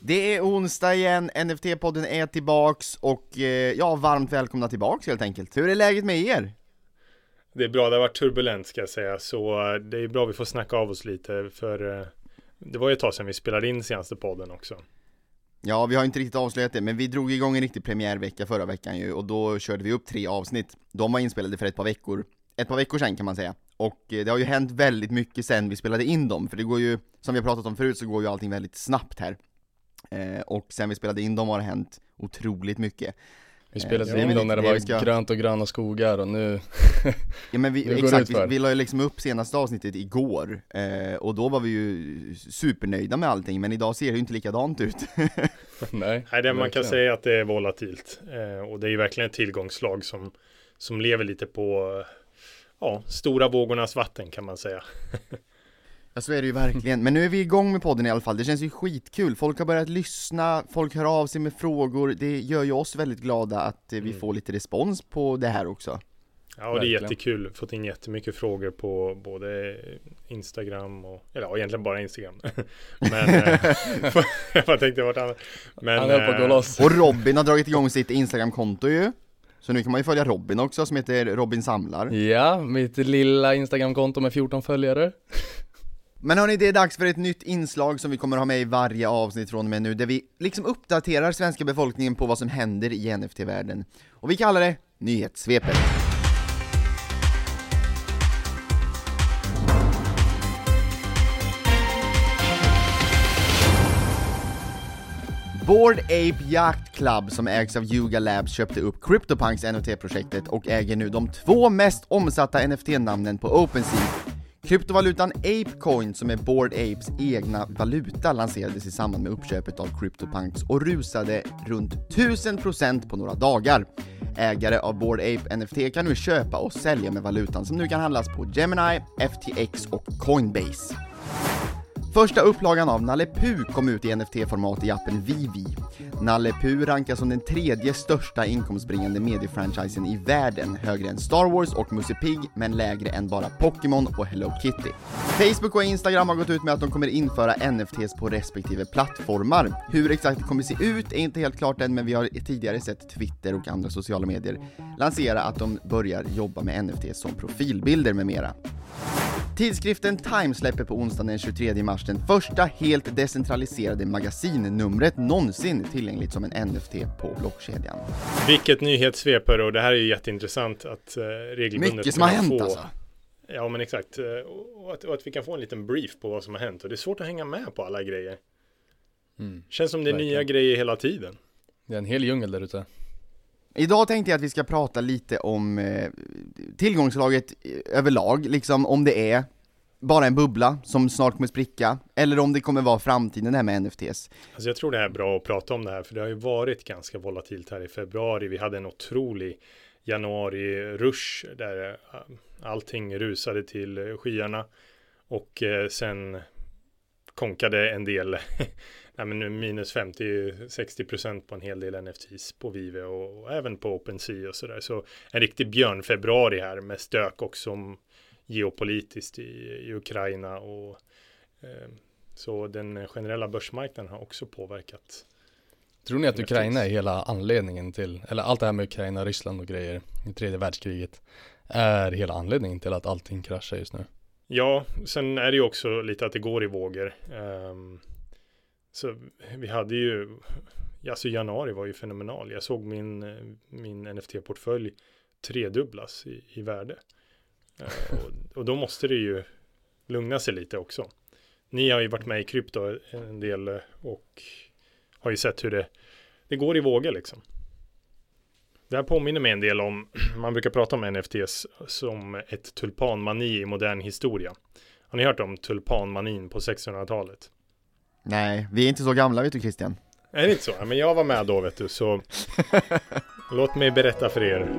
Det är onsdag igen, NFT-podden är tillbaks och varmt välkomna tillbaks helt enkelt. Hur är läget med er? Det är bra, det har varit turbulent ska jag säga, så det är bra vi får snacka av oss lite, för det var ju ett tag sedan vi spelade in senaste podden också. Ja, vi har inte riktigt avslöjat det, men vi drog igång en riktig premiärvecka förra veckan ju, och då körde vi upp 3 avsnitt. De var inspelade för ett par veckor sedan kan man säga. Och det har ju hänt väldigt mycket sen vi spelade in dem, för det går ju, som vi har pratat om förut, så går ju allting väldigt snabbt här. Och sen vi spelade in dem har det hänt otroligt mycket. Vi spelade in dem när det var grönt och gröna skogar och nu ja, men vi la ju liksom upp senaste avsnittet igår, och då var vi ju supernöjda med allting, men idag ser det ju inte likadant ut. Nej, det man kan säga att det är volatilt, och det är ju verkligen ett tillgångslag som lever lite på stora vågornas vatten kan man säga. Ja, så är det ju verkligen. Men nu är vi igång med podden i alla fall. Det känns ju skitkul. Folk har börjat lyssna, folk hör av sig med frågor. Det gör ju oss väldigt glada att vi får lite respons på det här också. Ja, och det är jättekul. Fått in jättemycket frågor på både Instagram eller egentligen bara Instagram. Men jag tänkte vart annat. Men han höll på att gå loss. Och Robin har dragit igång sitt Instagram-konto ju. Så nu kan man ju följa Robin också, som heter Robin Samlar. Ja, mitt lilla Instagram-konto med 14 följare. Men hörni, det är dags för ett nytt inslag som vi kommer ha med i varje avsnitt från och med nu, där vi liksom uppdaterar svenska befolkningen på vad som händer i NFT-världen. Och vi kallar det Nyhetssvepet. Bored Ape Yacht Club, som ägs av Yuga Labs, köpte upp CryptoPunks NFT-projektet och äger nu de 2 mest omsatta NFT-namnen på OpenSea. Kryptovalutan ApeCoin, som är Bored Apes egna valuta, lanserades i samband med uppköpet av CryptoPunks och rusade runt 1000% på några dagar. Ägare av Bored Ape NFT kan nu köpa och sälja med valutan, som nu kan handlas på Gemini, FTX och Coinbase. Första upplagan av Nalle Puh kom ut i NFT-format i appen Vivi. Nalle Puh rankas som den 3:e största inkomstbringande mediefranchisen i världen, högre än Star Wars och Musse Pigg, men lägre än bara Pokémon och Hello Kitty. Facebook och Instagram har gått ut med att de kommer införa NFTs på respektive plattformar. Hur exakt det kommer se ut är inte helt klart än, men vi har tidigare sett Twitter och andra sociala medier lansera att de börjar jobba med NFTs som profilbilder med mera. Tidskriften Time släpper på onsdagen den 23 mars den första helt decentraliserade magasinnumret någonsin tillgängligt som en NFT på blockkedjan. Vilket nyhetssvepare, och det här är ju jätteintressant att regelbundet mycket som har hänt alltså. Ja, men exakt. Och att vi kan få en liten brief på vad som har hänt. Och det är svårt att hänga med på alla grejer. Känns som det är nya grejer hela tiden. Det är en hel djungel där ute. Idag tänkte jag att vi ska prata lite om tillgångslaget överlag, liksom om det är bara en bubbla som snart kommer spricka, eller om det kommer vara framtiden här med NFTs. Alltså jag tror det är bra att prata om det här, för det har ju varit ganska volatilt här i februari. Vi hade en otrolig januari-rush där allting rusade till skyarna, och sen konkade en del minus 50-60% på en hel del NFTs på Vive och även på OpenSea och sådär. Så en riktig björnfebruari här med stök också geopolitiskt i Ukraina, och så den generella börsmarknaden har också påverkat. Tror ni att Ukraina är hela anledningen till, eller allt det här med Ukraina, Ryssland och grejer i 3:e världskriget är hela anledningen till att allting kraschar just nu? Ja, sen är det ju också lite att det går i vågor. Så vi hade ju, alltså januari var ju fenomenal. Jag såg min NFT-portfölj tredubblas i värde. Och då måste det ju lugna sig lite också. Ni har ju varit med i krypto en del och har ju sett hur det går i vågor liksom. Det här påminner mig en del om, man brukar prata om NFTs som ett tulpanmani i modern historia. Har ni hört om tulpanmanin på 1600-talet? Nej, vi är inte så gamla, vet du, Christian. Är det inte så? Men jag var med då, vet du, så låt mig berätta för er.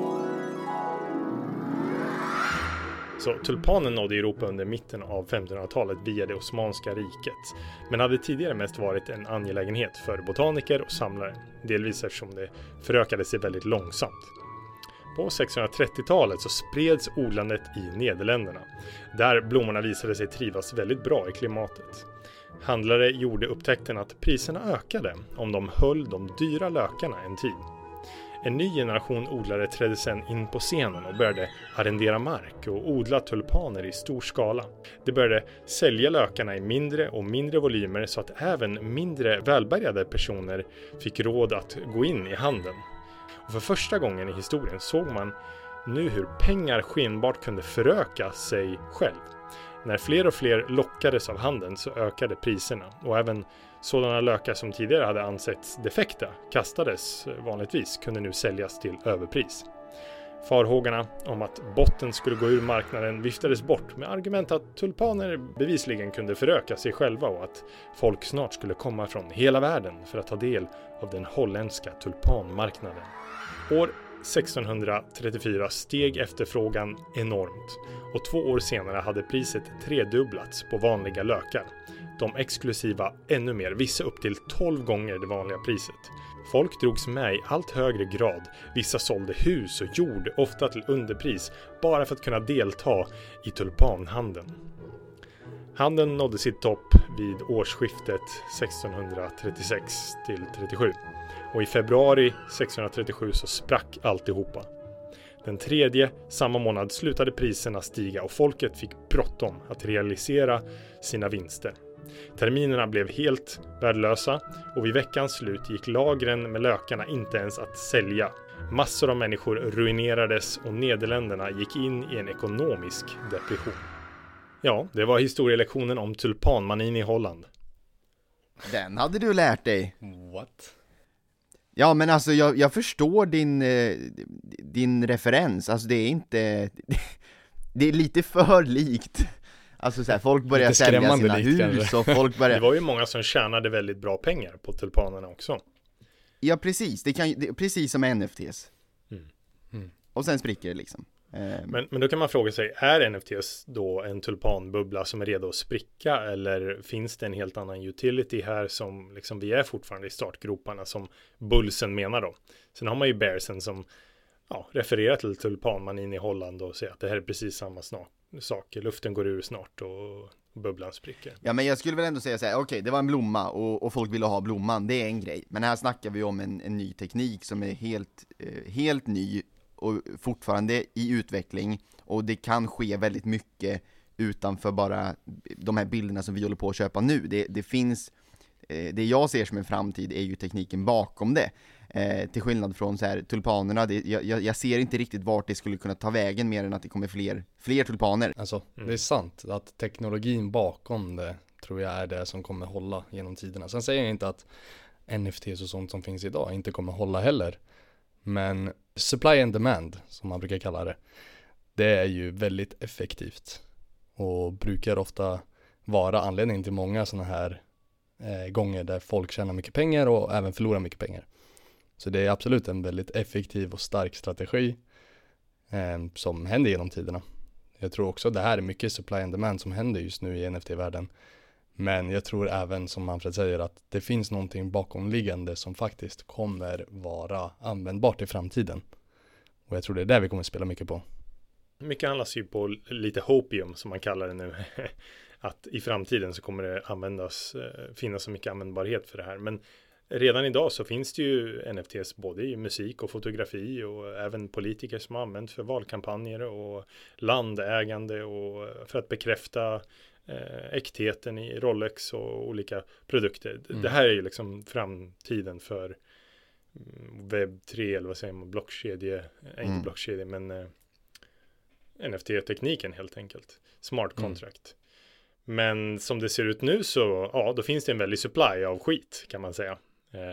Så tulpanen nådde Europa under mitten av 1500-talet via det Osmanska riket, men hade tidigare mest varit en angelägenhet för botaniker och samlare, delvis eftersom det förökade sig väldigt långsamt. På 1630-talet så spreds odlandet i Nederländerna, där blommorna visade sig trivas väldigt bra i klimatet. Handlare gjorde upptäckten att priserna ökade om de höll de dyra lökarna en tid. En ny generation odlare trädde sedan in på scenen och började arrendera mark och odla tulpaner i stor skala. De började sälja lökarna i mindre och mindre volymer så att även mindre välbärgade personer fick råd att gå in i handeln. Och för första gången i historien såg man nu hur pengar skenbart kunde föröka sig själv. När fler och fler lockades av handeln så ökade priserna och även sådana lökar som tidigare hade ansetts defekta, kastades vanligtvis, kunde nu säljas till överpris. Farhågorna om att botten skulle gå ur marknaden viftades bort med argument att tulpaner bevisligen kunde föröka sig själva och att folk snart skulle komma från hela världen för att ta del av den holländska tulpanmarknaden. År 1634 steg efterfrågan enormt och 2 år senare hade priset tredubblats på vanliga lökar. De exklusiva ännu mer, vissa upp till 12 gånger det vanliga priset. Folk drogs med i allt högre grad. Vissa sålde hus och jord, ofta till underpris, bara för att kunna delta i tulpanhandeln. Handeln nådde sitt topp vid årsskiftet 1636-37. Och i februari 1637 så sprack alltihopa. Den 3:e samma månad slutade priserna stiga och folket fick bråttom att realisera sina vinster. Terminerna blev helt värdelösa och vid veckans slut gick lagren med lökarna inte ens att sälja. Massor av människor ruinerades och Nederländerna gick in i en ekonomisk depression. Ja, det var historielektionen om tulpanmanin i Holland. Den hade du lärt dig. What? Ja, men alltså jag förstår din referens. Alltså det är inte... Det är lite för likt. Alltså så här, folk börjar sälja sina hus och folk börjar... Det var ju många som tjänade väldigt bra pengar på tulpanerna också. Ja, precis. Det är precis som NFTs. Och sen spricker det liksom. Men då kan man fråga sig, är NFTs då en tulpanbubbla som är redo att spricka, eller finns det en helt annan utility här som liksom vi är fortfarande i startgroparna som Bullsen menar då? Sen har man ju Bearsen som refererar till tulpanmanin i Holland och säger att det här är precis samma sak. Luften går ur snart och bubblan spricker. Ja, men jag skulle väl ändå säga så här, okej, det var en blomma och folk ville ha blomman, det är en grej. Men här snackar vi om en ny teknik som är helt ny och fortfarande i utveckling, och det kan ske väldigt mycket utanför bara de här bilderna som vi håller på att köpa nu. Det finns, det jag ser som en framtid är ju tekniken bakom det. Till skillnad från så här, tulpanerna, jag ser inte riktigt vart det skulle kunna ta vägen mer än att det kommer fler tulpaner. Alltså, det är sant att teknologin bakom det tror jag är det som kommer hålla genom tiderna. Sen säger jag inte att NFTs och sånt som finns idag inte kommer hålla heller. Men supply and demand, som man brukar kalla det är ju väldigt effektivt och brukar ofta vara anledningen till många sådana här gånger där folk tjänar mycket pengar och även förlorar mycket pengar. Så det är absolut en väldigt effektiv och stark strategi som händer genom tiderna. Jag tror också det här är mycket supply and demand som händer just nu i NFT-världen. Men jag tror även, som Manfred säger, att det finns någonting bakomliggande som faktiskt kommer vara användbart i framtiden. Och jag tror det är där vi kommer spela mycket på. Mycket handlas ju på lite hopium som man kallar det nu. Att i framtiden så kommer det finnas så mycket användbarhet för det här. Men redan idag så finns det ju NFTs både i musik och fotografi och även politiker som har använt för valkampanjer och landägande och för att bekräfta äktheten i Rolex och olika produkter. Det här är ju liksom framtiden för webb 3 eller vad säger man, blockkedje, inte blockkedje men NFT-tekniken helt enkelt. Smart contract. Men som det ser ut nu så då finns det en väldig supply av skit kan man säga.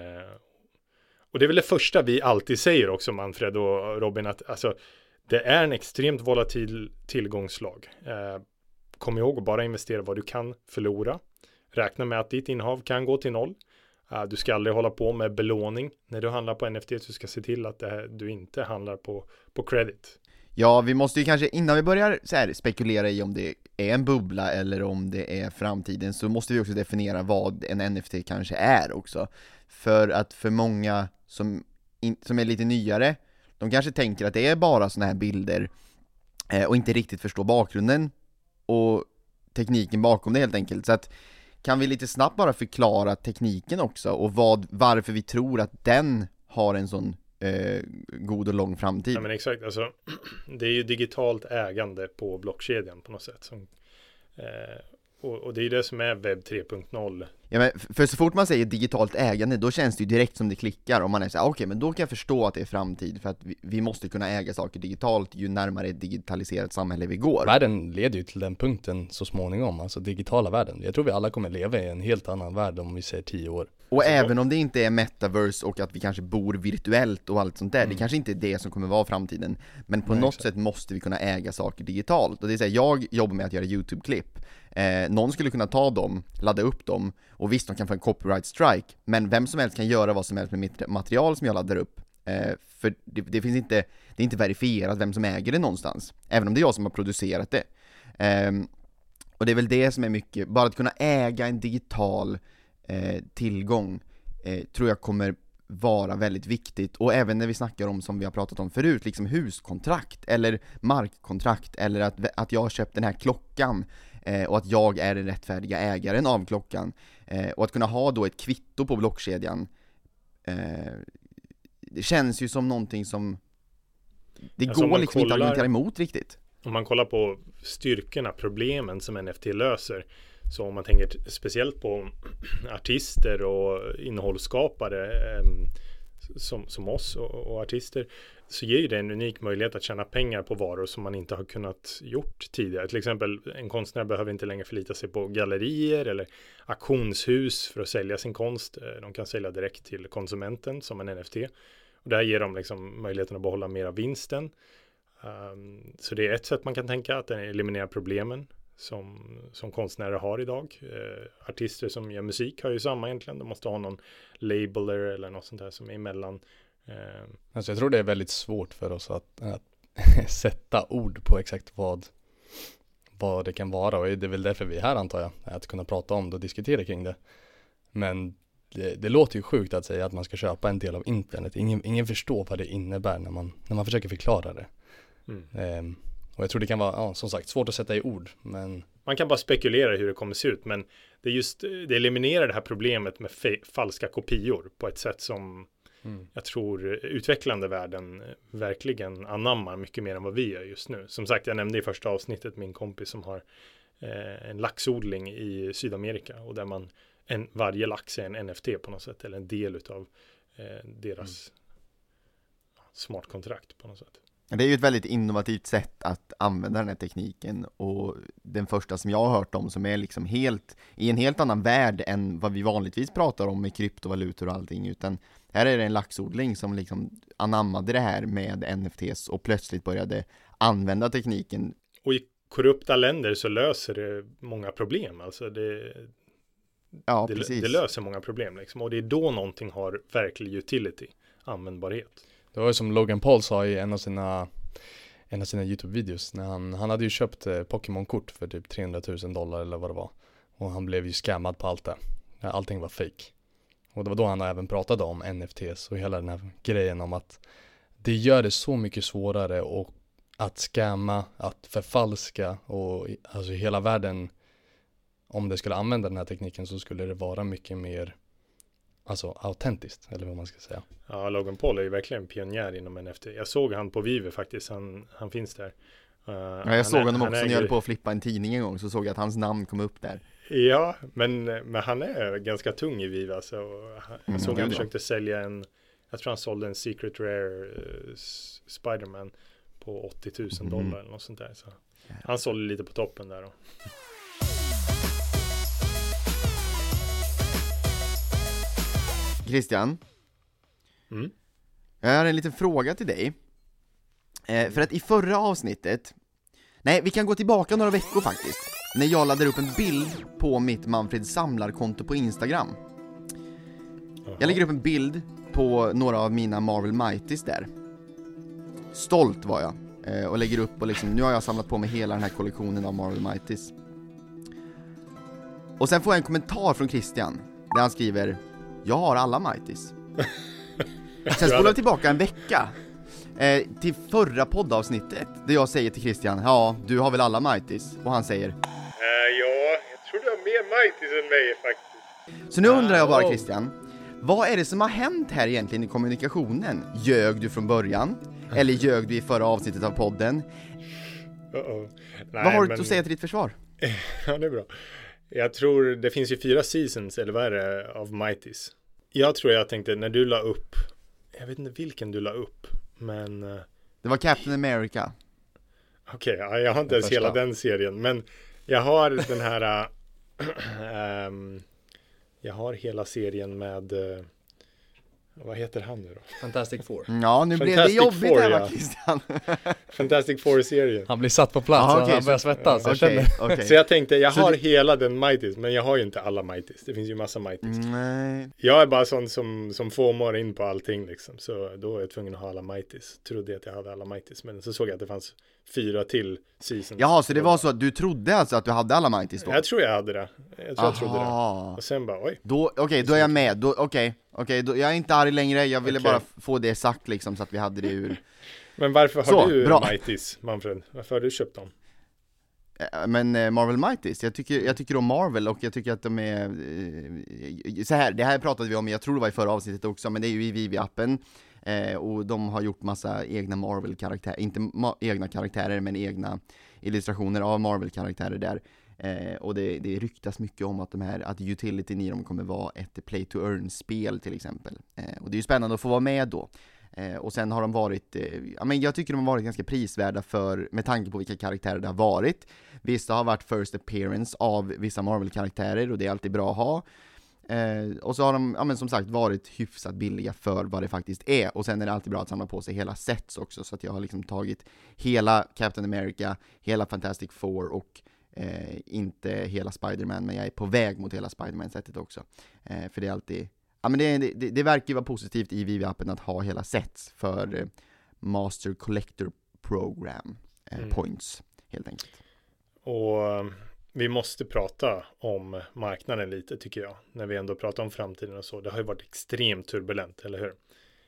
Och det är väl det första vi alltid säger också, Manfred och Robin, att alltså, det är en extremt volatil tillgångslag. Kom ihåg att bara investera vad du kan förlora. Räkna med att ditt innehav kan gå till 0. Du ska aldrig hålla på med belåning när du handlar på NFT. Du ska se till att du inte handlar på credit. Ja, vi måste ju kanske, innan vi börjar så här spekulera i om det är en bubbla eller om det är framtiden, så måste vi också definiera vad en NFT kanske är också. För att för många som är lite nyare, de kanske tänker att det är bara såna här bilder och inte riktigt förstår bakgrunden och tekniken bakom det helt enkelt. Så att kan vi lite snabbt bara förklara tekniken också och varför vi tror att den har en sån god och lång framtid? Ja, men exakt, alltså, det är ju digitalt ägande på blockkedjan på något sätt. Och det är det som är webb 3.0. Ja, men för så fort man säger digitalt ägande, då känns det ju direkt som det klickar. Om man är så här, okej, men då kan jag förstå att det är framtid. För att vi måste kunna äga saker digitalt ju närmare ett digitaliserat samhälle vi går. Världen leder ju till den punkten så småningom, alltså digitala världen. Jag tror vi alla kommer leva i en helt annan värld om vi säger 10 år. Och även om det inte är metaverse och att vi kanske bor virtuellt och allt sånt där, det kanske inte är det som kommer vara framtiden. Men på något sätt måste vi kunna äga saker digitalt. Och det är så här, jag jobbar med att göra YouTube-klipp. Någon skulle kunna ta dem, ladda upp dem, och visst, de kan få en copyright strike, men vem som helst kan göra vad som helst med mitt material som jag laddar upp. För det finns inte, det är inte verifierat vem som äger det någonstans, även om det är jag som har producerat det. Och det är väl det som är mycket, bara att kunna äga en digital tillgång tror jag kommer vara väldigt viktigt. Och även när vi snackar om, som vi har pratat om förut, liksom huskontrakt eller markkontrakt, eller att jag har köpt den här klockan och att jag är den rättfärdiga ägaren av klockan, och att kunna ha då ett kvitto på blockkedjan, det känns ju som någonting som det alltså går liksom inte att argumentera emot riktigt. Om man kollar på styrkorna, problemen som NFT löser, så om man tänker speciellt på artister och innehållsskapare som oss och artister, så ger ju det en unik möjlighet att tjäna pengar på varor som man inte har kunnat gjort tidigare. Till exempel, en konstnär behöver inte längre förlita sig på gallerier eller auktionshus för att sälja sin konst. De kan sälja direkt till konsumenten som en NFT. Och där ger de liksom möjligheten att behålla mer av vinsten. Så det är ett sätt man kan tänka, att den eliminerar problemen som konstnärer har idag. Artister som gör musik har ju samma egentligen. De måste ha någon labeler eller något sånt där som är emellan. Alltså jag tror det är väldigt svårt för oss att sätta ord på exakt vad det kan vara, och det är väl därför vi är här, antar jag, att kunna prata om det och diskutera kring det. Men det låter ju sjukt att säga att man ska köpa en del av internet. Ingen förstår vad det innebär när man försöker förklara det. Och jag tror det kan vara, som sagt, svårt att sätta i ord, men man kan bara spekulera hur det kommer se ut, men det eliminerar det här problemet med falska kopior på ett sätt som jag tror utvecklande världen verkligen anammar mycket mer än vad vi gör just nu. Som sagt, jag nämnde i första avsnittet min kompis som har en laxodling i Sydamerika, och där varje lax är en NFT på något sätt, eller en del utav deras smartkontrakt på något sätt. Det är ju ett väldigt innovativt sätt att använda den här tekniken, och den första som jag har hört om som är liksom i en helt annan värld än vad vi vanligtvis pratar om med kryptovalutor och allting, utan här är det en laxodling som liksom anammade det här med NFTs och plötsligt började använda tekniken. Och i korrupta länder så löser det många problem, alltså det löser många problem liksom. Och det är då någonting har verklig utility, användbarhet. Det var ju som Logan Paul sa i en av sina YouTube-videos, när han hade ju köpt Pokémon-kort för typ $300,000 eller vad det var. Och han blev ju scammad på allt det. Allting var fake. Och det var då han även pratade om NFTs och hela den här grejen om att det gör det så mycket svårare att scamma, att förfalska, och alltså hela världen, om det skulle använda den här tekniken så skulle det vara mycket mer autentiskt, eller vad man ska säga. Ja, Logan Paul är ju verkligen pionjär inom NFT. Jag såg han på Vive faktiskt, han finns där. Ja, jag såg honom också när jag höll på att flippa en tidning en gång, så såg jag att hans namn kom upp där. Ja, men han är ganska tung i Vive alltså. Jag såg han försökte sälja jag tror han sålde en Secret Rare Spider-Man på $80,000 eller något sånt där. Så han sålde lite på toppen där då. Christian, jag har en liten fråga till dig. För att i förra avsnittet, vi kan gå tillbaka några veckor faktiskt, när jag laddade upp en bild på mitt Manfred Samlarkonto på Instagram. Jag lägger upp en bild på några av mina Marvel Mighties där. Stolt var jag, och lägger upp, och liksom, nu har jag samlat på mig hela den här kollektionen av Marvel Mighties. Och sen får jag en kommentar från Christian där han skriver: jag har alla Mighties. Sen spolar jag tillbaka en vecka till förra poddavsnittet där jag säger till Christian: ja, du har väl alla Mighties? Och han säger: ja, jag tror du har mer Mighties än mig faktiskt. Så nu undrar jag bara, Christian, vad är det som har hänt här egentligen i kommunikationen? Ljög du från början? Eller ljög du i förra avsnittet av podden? Nej, vad har du att säga till ditt försvar? Ja, det är bra. Jag tror det finns ju 4 seasons, eller vad är det, av Mighties. Jag tror jag tänkte, när du la upp, jag vet inte vilken du la upp, men... Det var Captain America. Okej, jag har inte ens hela den serien, men jag har den här... jag har hela serien med... vad heter han nu då? Fantastic Four. Ja, nu blev det jobbigt Four, här, Christian. Fantastic Four-serien. Han blir satt på plats, han börjar svettas. Okay. Så jag tänkte, jag har hela den Mighties, men jag har ju inte alla Mighties. Det finns ju massa Mighties. Nej. Jag är bara sån som formar in på allting liksom. Så då är jag tvungen att ha alla Mighties. Trodde att jag hade alla Mighties, men så såg jag att det fanns 4 till seasons. Jaha, så det var så att du trodde alltså att du hade alla Mighties då? Jag tror jag hade det. Jag trodde det. Och sen bara, oj. Då är jag med. Okej, jag är inte arg längre. Jag ville bara få det sagt liksom, så att vi hade det ur. Men varför har du Mighties, Manfred? Varför har du köpt dem? Men Marvel Mighties, jag tycker om Marvel, och jag tycker att de är så här, det här pratade vi om, jag tror det var i förra avsnittet också, men det är ju i Vivi-appen, och de har gjort massa egna Marvel-karaktärer, inte egna karaktärer, men egna illustrationer av Marvel-karaktärer där. Och det ryktas mycket om att att utilityn i dem kommer vara ett play-to-earn-spel till exempel. Och det är ju spännande att få vara med då. Och sen har de varit, jag tycker de har varit ganska prisvärda med tanke på vilka karaktärer det har varit. Vissa har varit first appearance av vissa Marvel-karaktärer, och det är alltid bra att ha. Och så har de, som sagt, varit hyfsat billiga för vad det faktiskt är. Och sen är det alltid bra att samla på sig hela sets också. Så att jag har liksom tagit hela Captain America, hela Fantastic Four och inte hela Spider-Man, men jag är på väg mot hela Spider-Man-sättet också. För det är alltid... det verkar ju vara positivt i Vivi-appen att ha hela sets för Master Collector Program points, helt enkelt. Och vi måste prata om marknaden lite, tycker jag, när vi ändå pratar om framtiden och så. Det har ju varit extremt turbulent, eller hur?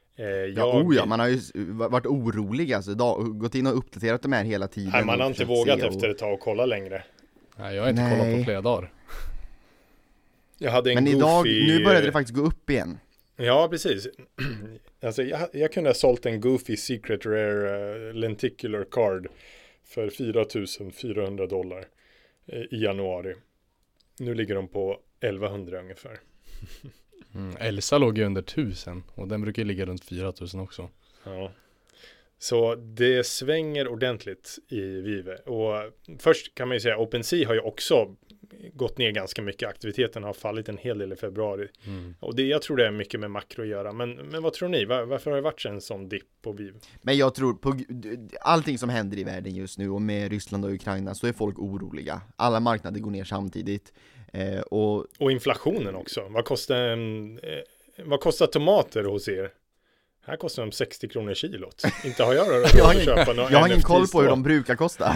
Man har ju varit orolig, alltså, gått in och uppdaterat de här hela tiden. Nej, man har inte vågat efter ett tag att kolla längre. Nej, jag har inte kollat på flera dagar. Men idag, nu började det faktiskt gå upp igen. Ja, precis. Alltså, jag kunde ha sålt en Goofy Secret Rare Lenticular Card för $4,400 i januari. Nu ligger de på 1100 ungefär. Elsa låg ju under 1000, och den brukar ligga runt 4000 också. Ja. Så det svänger ordentligt i Vive. Och först kan man ju säga, OpenSea har ju också gått ner ganska mycket. Aktiviteten har fallit en hel del i februari. Och jag tror det är mycket med makro att göra. Men vad tror ni? Varför har det varit en sån dipp på Vive? Men jag tror på allting som händer i världen just nu, och med Ryssland och Ukraina, så är folk oroliga. Alla marknader går ner samtidigt. Och inflationen också. Vad kostar tomater hos er? Här kostar de 60 kronor kilot. Inte har jag köpa några. Jag har ingen koll på hur de brukar kosta.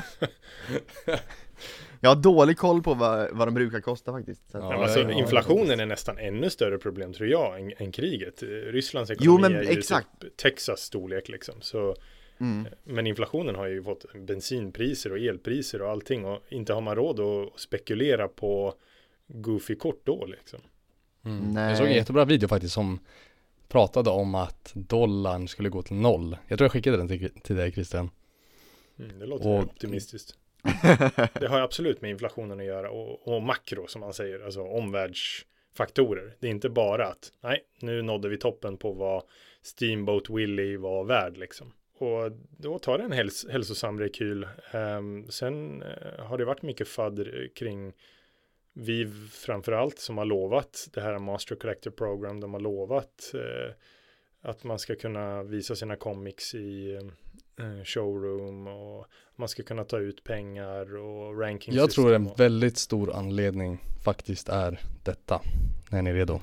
Jag har dålig koll på vad de brukar kosta faktiskt. Så att, inflationen är nästan ännu större problem, tror jag, än kriget. Rysslands ekonomi är ju typ Texas storlek liksom. Så, men inflationen har ju fått bensinpriser och elpriser och allting. Och inte har man råd att spekulera på Goofy-kort då liksom. Jag såg en jättebra video faktiskt som pratade om att dollarn skulle gå till 0. Jag tror jag skickade den till dig, Christian. Det låter optimistiskt. Det har absolut med inflationen att göra och makro, som man säger, alltså omvärldsfaktorer. Det är inte bara att nu nådde vi toppen på vad Steamboat Willie var värd liksom. Och då tar det en hälsosam rekyl. Sen har det varit mycket fadder kring Viv framförallt, som har lovat det här Master Collector Program. De har lovat att man ska kunna visa sina comics i showroom, och man ska kunna ta ut pengar och ranking. Jag tror en väldigt stor anledning faktiskt är detta. När ni är redo?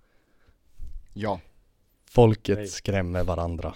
Ja. Folket skrämmer varandra.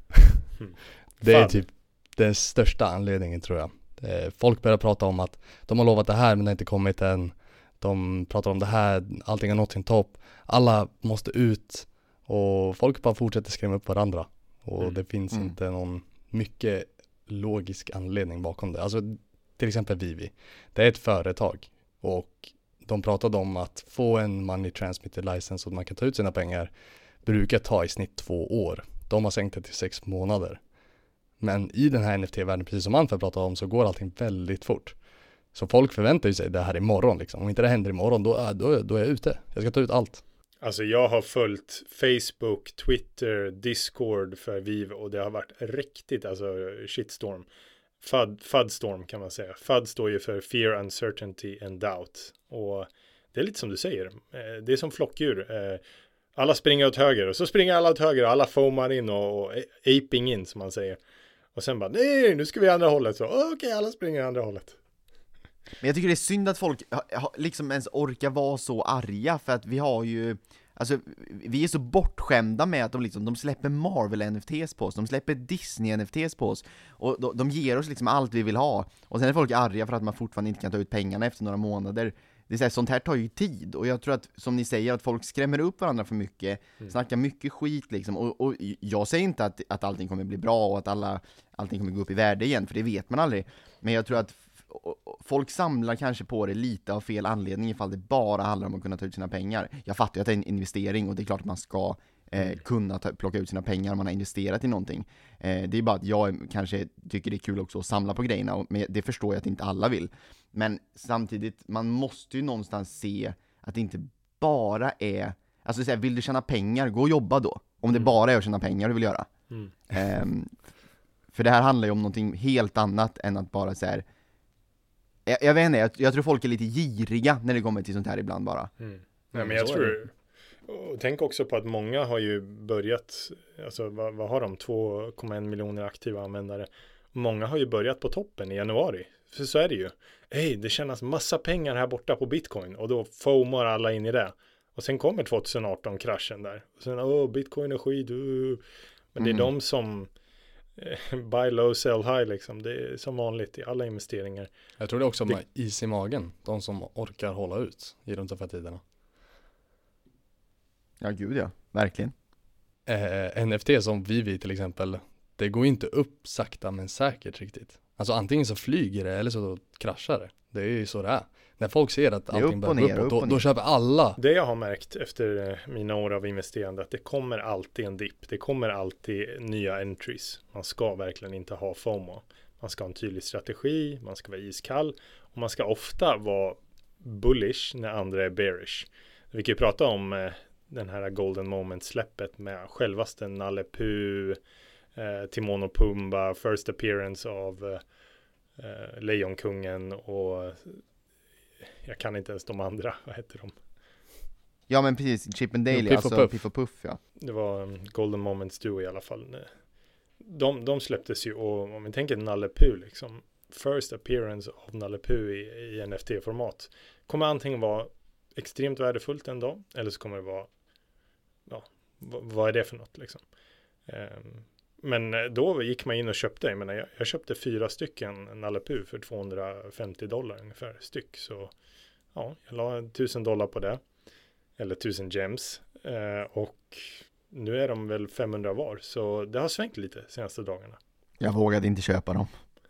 Det är typ den största anledningen, tror jag. Folk börjar prata om att de har lovat det här, men det har inte kommit än. De pratar om det här, allting har nått sin topp. Alla måste ut, och folk bara fortsätter skrämma upp varandra. Och det finns inte någon mycket logisk anledning bakom det. Alltså till exempel Vivi. Det är ett företag, och de pratade om att få en money transmitter license så att man kan ta ut sina pengar brukar ta i snitt 2 år. De har sänkt det till 6 månader. Men i den här NFT-världen, precis som Manfred pratade om, så går allting väldigt fort. Så folk förväntar ju sig det här imorgon liksom. Om inte det händer imorgon, då är jag ute. Jag ska ta ut allt. Alltså jag har följt Facebook, Twitter, Discord för VIV och det har varit riktigt, alltså shitstorm. FUD-storm kan man säga. FUD står ju för Fear, Uncertainty and Doubt. Och det är lite som du säger. Det är som flockdjur. Alla springer åt höger och så springer alla åt höger och alla foamar in och aping in som man säger. Och sen bara, nej, nu ska vi andra hållet. Så okej, alla springer andra hållet. Men jag tycker det är synd att folk liksom ens orkar vara så arga, för att vi har ju, alltså vi är så bortskämda med att de släpper Marvel NFTs på oss, de släpper Disney NFTs på oss, och de ger oss liksom allt vi vill ha, och sen är folk arga för att man fortfarande inte kan ta ut pengarna efter några månader. Det är så här, sånt här tar ju tid, och jag tror att, som ni säger, att folk skrämmer upp varandra för mycket, snackar mycket skit liksom, och jag säger inte att allting kommer bli bra och att allting kommer gå upp i värde igen, för det vet man aldrig, men jag tror att folk samlar kanske på det lite av fel anledning ifall det bara handlar om att kunna ta ut sina pengar. Jag fattar ju att det är en investering och det är klart att man ska kunna plocka ut sina pengar om man har investerat i någonting. Det är bara att jag kanske tycker det är kul också att samla på grejerna, men det förstår jag att inte alla vill. Men samtidigt, man måste ju någonstans se att det inte bara är, alltså så här, vill du tjäna pengar, gå och jobba då. Om det bara är att tjäna pengar du vill göra. För det här handlar ju om någonting helt annat än att bara så här, jag vet inte, jag tror folk är lite giriga när det kommer till sånt här ibland bara. Nej, men jag tror, och tänk också på att många har ju börjat, alltså vad har de, 2,1 miljoner aktiva användare. Många har ju börjat på toppen i januari, för så är det ju. Det tjänas massa pengar här borta på Bitcoin, och då foamar alla in i det. Och sen kommer 2018 kraschen där. Och sen, Bitcoin är skit. Men det är de som buy low, sell high liksom. Det är som vanligt i alla investeringar. Jag tror det är också med is i magen. De som orkar hålla ut i de tuffa tiderna. Ja, gud ja. Verkligen. NFT som Vivi till exempel, det går inte upp sakta men säkert riktigt. Alltså antingen så flyger det eller så kraschar det. Det är ju så det är. När folk ser att allting börjar gå upp, då köper alla. Det jag har märkt efter mina år av investerande, att det kommer alltid en dipp. Det kommer alltid nya entries. Man ska verkligen inte ha FOMO. Man ska ha en tydlig strategi, man ska vara iskall och man ska ofta vara bullish när andra är bearish. Vi kan ju prata om den här Golden Moment-släppet med självaste Nalle Puh, Timon och Pumba, first appearance av Lejonkungen och jag kan inte ens de andra, vad heter de? Ja men precis, Chip and Dale, alltså Piff och Puff, ja. Det var Golden Moments Duo i alla fall. De släpptes ju, och om vi tänker Nalle Puh liksom, first appearance av Nalle Puh i NFT-format kommer antingen vara extremt värdefullt en dag, eller så kommer det vara, vad är det för något liksom? Men då gick man in och köpte, jag köpte 4 stycken Nalle Puh för $250 ungefär styck, så ja, jag la $1,000 på det, eller 1000 gems, och nu är de väl 500 var, så det har svängt lite senaste dagarna. Jag vågade inte köpa dem.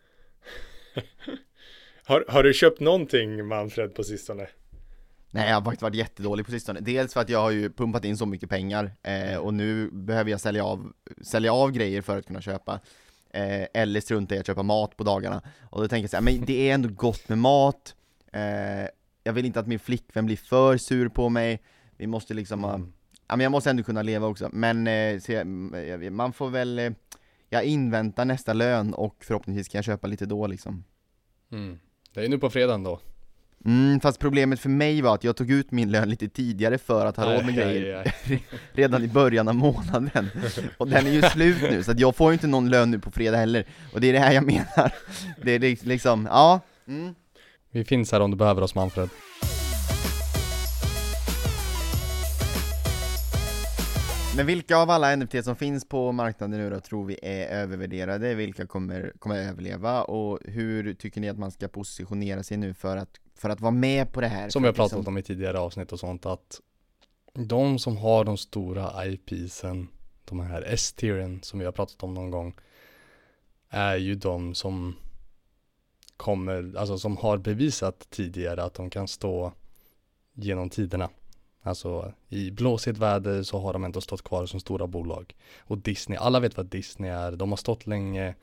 Har du köpt någonting, Manfred, på sistone? Nej, jag har faktiskt varit jättedålig på sistone. Dels för att jag har ju pumpat in så mycket pengar, och nu behöver jag sälja av grejer för att kunna köpa, eller strunta i att köpa mat på dagarna. Och då tänker jag så här, men det är ändå gott med mat, jag vill inte att min flickvän blir för sur på mig. Vi måste liksom men jag måste ändå kunna leva också. Men man får väl, jag inväntar nästa lön och förhoppningsvis kan jag köpa lite då liksom. Det är nu på fredagen då. Fast problemet för mig var att jag tog ut min lön lite tidigare för att ha råd med grejer redan i början av månaden. Och den är ju slut nu, så att jag får ju inte någon lön nu på fredag heller. Och det är det här jag menar. Det är liksom, ja. Vi finns här om du behöver oss, Manfred. Men vilka av alla NFT som finns på marknaden nu då tror vi är övervärderade? Vilka kommer överleva? Och hur tycker ni att man ska positionera sig nu för att vara med på det här? Som vi har pratat om i tidigare avsnitt och sånt, att de som har de stora IPsen, de här S-tieren som vi har pratat om någon gång, är ju de som kommer, alltså som har bevisat tidigare att de kan stå genom tiderna. Alltså i blåsigt väder så har de ändå stått kvar som stora bolag. Och Disney, alla vet vad Disney är. De har stått länge.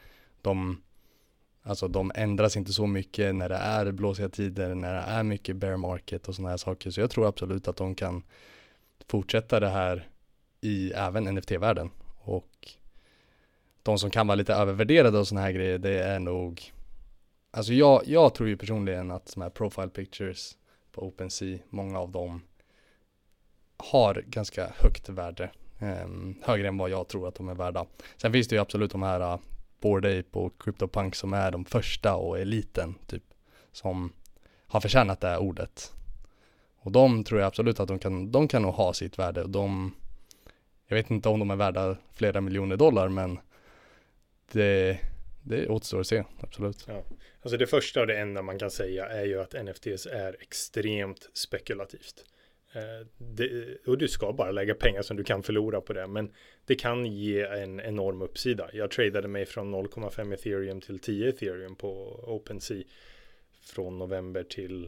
De ändras inte så mycket när det är blåsiga tider, när det är mycket bear market och såna här saker. Så jag tror absolut att de kan fortsätta det här i även NFT-världen. Och de som kan vara lite övervärderade och såna här grejer, det är nog... Alltså jag tror ju personligen att såna här profile pictures på OpenSea, många av dem har ganska högt värde. Högre än vad jag tror att de är värda. Sen finns det ju absolut de här Bored Ape och CryptoPunk som är de första och eliten typ, som har förtjänat det här ordet. Och de tror jag absolut att de kan nog ha sitt värde. Jag vet inte om de är värda flera miljoner dollar, men det återstår att se, absolut. Ja. Alltså det första och det enda man kan säga är ju att NFTs är extremt spekulativt. Och du ska bara lägga pengar som du kan förlora på det, men det kan ge en enorm uppsida. Jag tradade mig från 0,5 ethereum till 10 ethereum på OpenSea från november till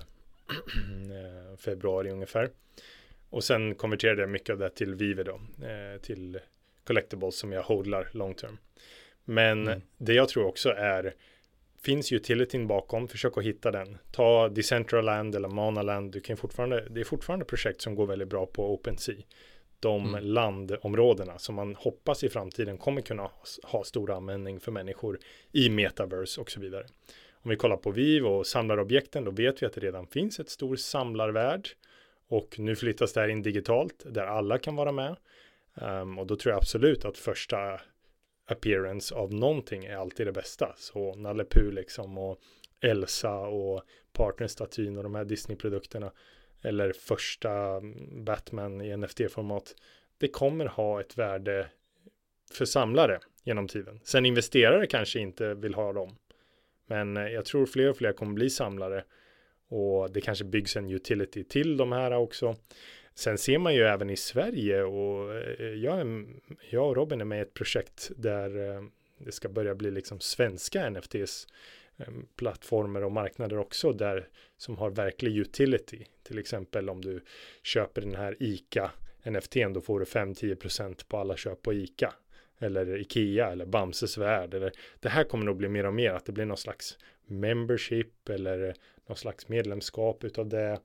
februari ungefär. Och sen konverterade jag mycket av det till Vive då, till collectibles som jag hodlar long term. Men det jag tror också finns utilityn bakom, försök att hitta den. Ta Decentraland eller Manaland, det är fortfarande projekt som går väldigt bra på OpenSea. De landområdena som man hoppas i framtiden kommer kunna ha stor användning för människor i metaverse och så vidare. Om vi kollar på Vive och samlarobjekten, då vet vi att det redan finns ett stor samlarvärld och nu flyttas det här in digitalt där alla kan vara med. Och då tror jag absolut att första appearance av någonting är alltid det bästa. Så Nalle Puh liksom och Elsa och partnerstatyn och de här Disney-produkterna eller första Batman i NFT-format. Det kommer ha ett värde för samlare genom tiden. Sen investerare kanske inte vill ha dem. Men jag tror fler och fler kommer bli samlare och det kanske byggs en utility till de här också. Sen ser man ju även i Sverige och jag och Robin är med i ett projekt där det ska börja bli liksom svenska NFTs plattformar och marknader också där som har verklig utility. Till exempel om du köper den här ICA NFTn, då får du 5-10% på alla köp på ICA eller Ikea eller Bamses värld. Eller, det här kommer nog bli mer och mer att det blir någon slags membership eller någon slags medlemskap utav det.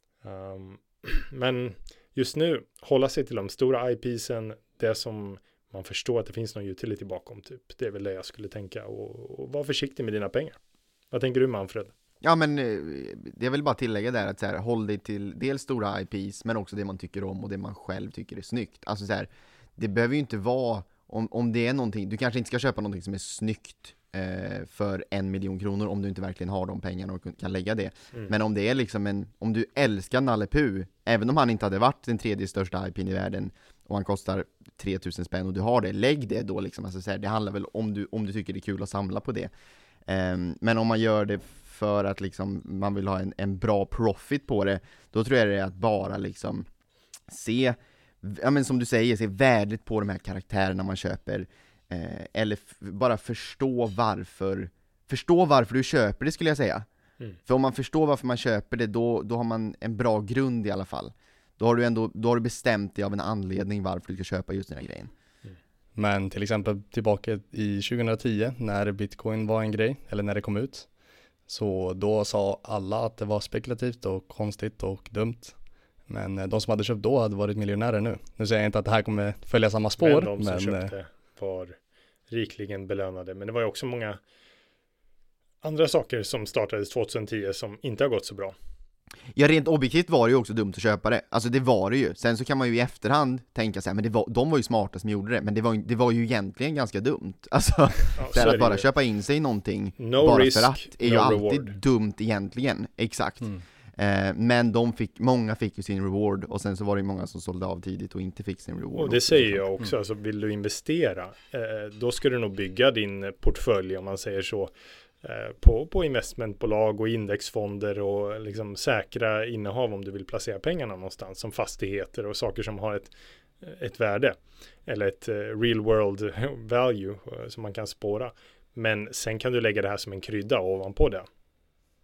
Men just nu hålla sig till de stora IPsen, det som man förstår att det finns någon utility bakom typ. Det är väl det jag skulle tänka och var försiktig med dina pengar. Vad tänker du, Manfred? Ja, men jag vill bara tillägga där att så här, håll dig till dels stora IPs men också det man tycker om och det man själv tycker är snyggt. Alltså så här, det behöver ju inte vara om det är någonting, du kanske inte ska köpa någonting som är snyggt för 1 miljon kronor om du inte verkligen har de pengarna och kan lägga det. Men om det är liksom om du älskar Nalle Puh, även om han inte hade varit den tredje största IPn i världen och han kostar 3000 spänn och du har det, lägg det då liksom. Alltså så här, det handlar väl om du tycker det är kul att samla på det. Men om man gör det för att liksom man vill ha en bra profit på det, då tror jag det är att bara liksom se, ja men som du säger, se värdet på de här karaktärerna man köper, eller bara förstå varför du köper det, skulle jag säga. För om man förstår varför man köper det, då har man en bra grund i alla fall. Då har du bestämt dig av en anledning varför du ska köpa just den här grejen. Men till exempel tillbaka i 2010 när Bitcoin var en grej, eller när det kom ut, så då sa alla att det var spekulativt och konstigt och dumt. Men de som hade köpt då hade varit miljonärer nu. Nu säger jag inte att det här kommer följa samma spår. Men de som köpte var rikligen belönade. Men det var ju också många andra saker som startades 2010 som inte har gått så bra. Ja, rent objektivt var det ju också dumt att köpa det. Alltså det var det ju. Sen så kan man ju i efterhand tänka sig, men de var ju smarta som gjorde det. Men det var ju egentligen ganska dumt. Alltså, ja, att bara köpa in sig i någonting bara risk, för att är ju alltid dumt egentligen. Exakt. Men många fick ju sin reward. Och sen så var det ju många som sålde av tidigt och inte fick sin reward. Och det säger jag också. Alltså, vill du investera, då ska du nog bygga din portfölj, om man säger så, på investmentbolag och indexfonder och liksom säkra innehav om du vill placera pengarna någonstans, som fastigheter och saker som har ett värde eller ett real world value som man kan spåra. Men sen kan du lägga det här som en krydda ovanpå det.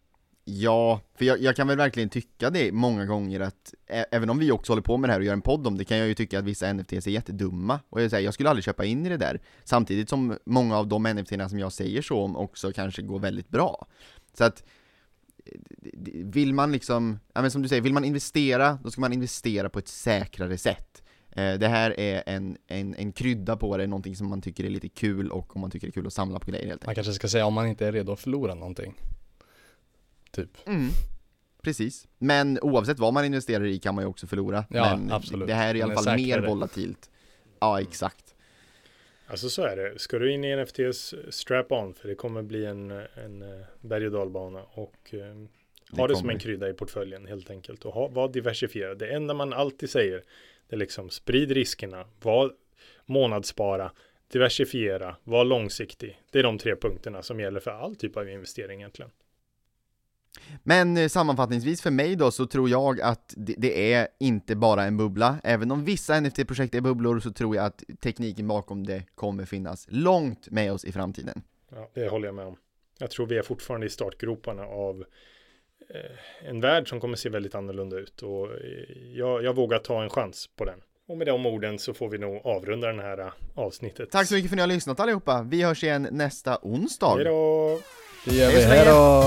Ja, för jag kan väl verkligen tycka det många gånger att även om vi också håller på med det här och gör en podd om det, kan jag ju tycka att vissa NFTs är jättedumma. Och jag skulle aldrig köpa in i det där. Samtidigt som många av de NFTs som jag säger så om också kanske går väldigt bra. Så att vill man liksom, ja men som du säger, vill man investera, då ska man investera på ett säkrare sätt. Det här är en krydda på det, någonting som man tycker är lite kul, och om man tycker det är kul att samla på grejer helt enkelt. Man kanske ska säga om man inte är redo att förlora någonting. Typ. Precis. Men oavsett vad man investerar i kan man ju också förlora. Ja, men absolut. Det här är i alla fall mer volatilt. Ja, exakt. Alltså så är det. Ska du in i NFTs, strap on, för det kommer bli en berg- och dalbana, och ha det som en krydda i portföljen helt enkelt, och var diversifierad. Det enda man alltid säger, det är liksom sprid riskerna, var månadsspara, diversifiera, var långsiktig. Det är de 3 punkterna som gäller för all typ av investering egentligen. Men sammanfattningsvis för mig då, så tror jag att det är inte bara en bubbla. Även om vissa NFT-projekt är bubblor, så tror jag att tekniken bakom det kommer finnas långt med oss i framtiden. Ja, det håller jag med om. Jag tror vi är fortfarande i startgroparna av en värld som kommer se väldigt annorlunda ut, och jag vågar ta en chans på den. Och med de orden så får vi nog avrunda den här avsnittet. Tack så mycket för att ni har lyssnat allihopa. Vi hörs igen nästa onsdag. Hej då! Det gör vi. Hej då!